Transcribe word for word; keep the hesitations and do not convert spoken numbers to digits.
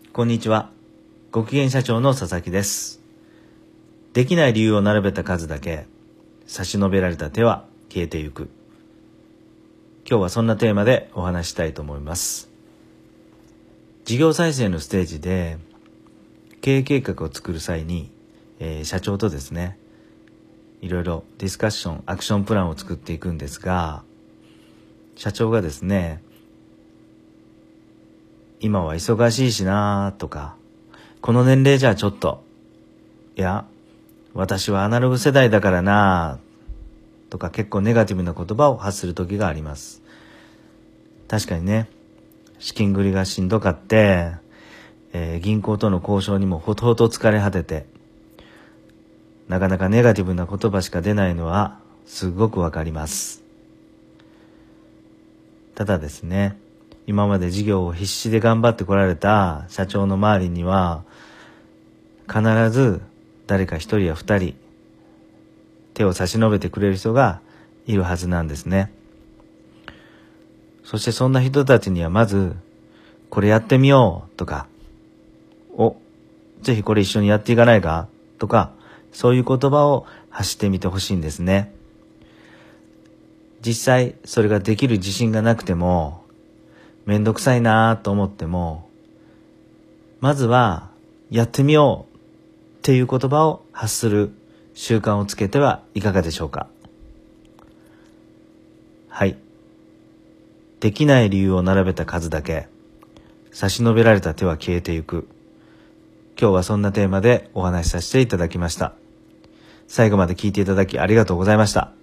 こんにちは。ご機嫌社長の佐々木です。できない理由を並べた数だけ、差し伸べられた手は消えてゆく。今日はそんなテーマでお話したいと思います。事業再生のステージで、経営計画を作る際に、えー、社長とですね、いろいろディスカッション、アクションプランを作っていくんですが、社長がですね、今は忙しいしなとか、この年齢じゃちょっと、いや、私はアナログ世代だからなとか結構ネガティブな言葉を発する時があります。確かにね、資金繰りがしんどかって、えー、銀行との交渉にもほとほと疲れ果てて、なかなかネガティブな言葉しか出ないのはすごくわかります。ただですね、今まで事業を必死で頑張ってこられた社長の周りには、必ず誰か一人や二人手を差し伸べてくれる人がいるはずなんですね。そしてそんな人たちにはまず、これやってみようとか、お、ぜひこれ一緒にやっていかないかとか、そういう言葉を発してみてほしいんですね。実際それができる自信がなくても、めんどくさいなと思っても、まずはやってみようっていう言葉を発する習慣をつけてはいかがでしょうか。はい。できない理由を並べた数だけ、差し伸べられた手は消えてゆく。今日はそんなテーマでお話しさせていただきました。最後まで聞いていただきありがとうございました。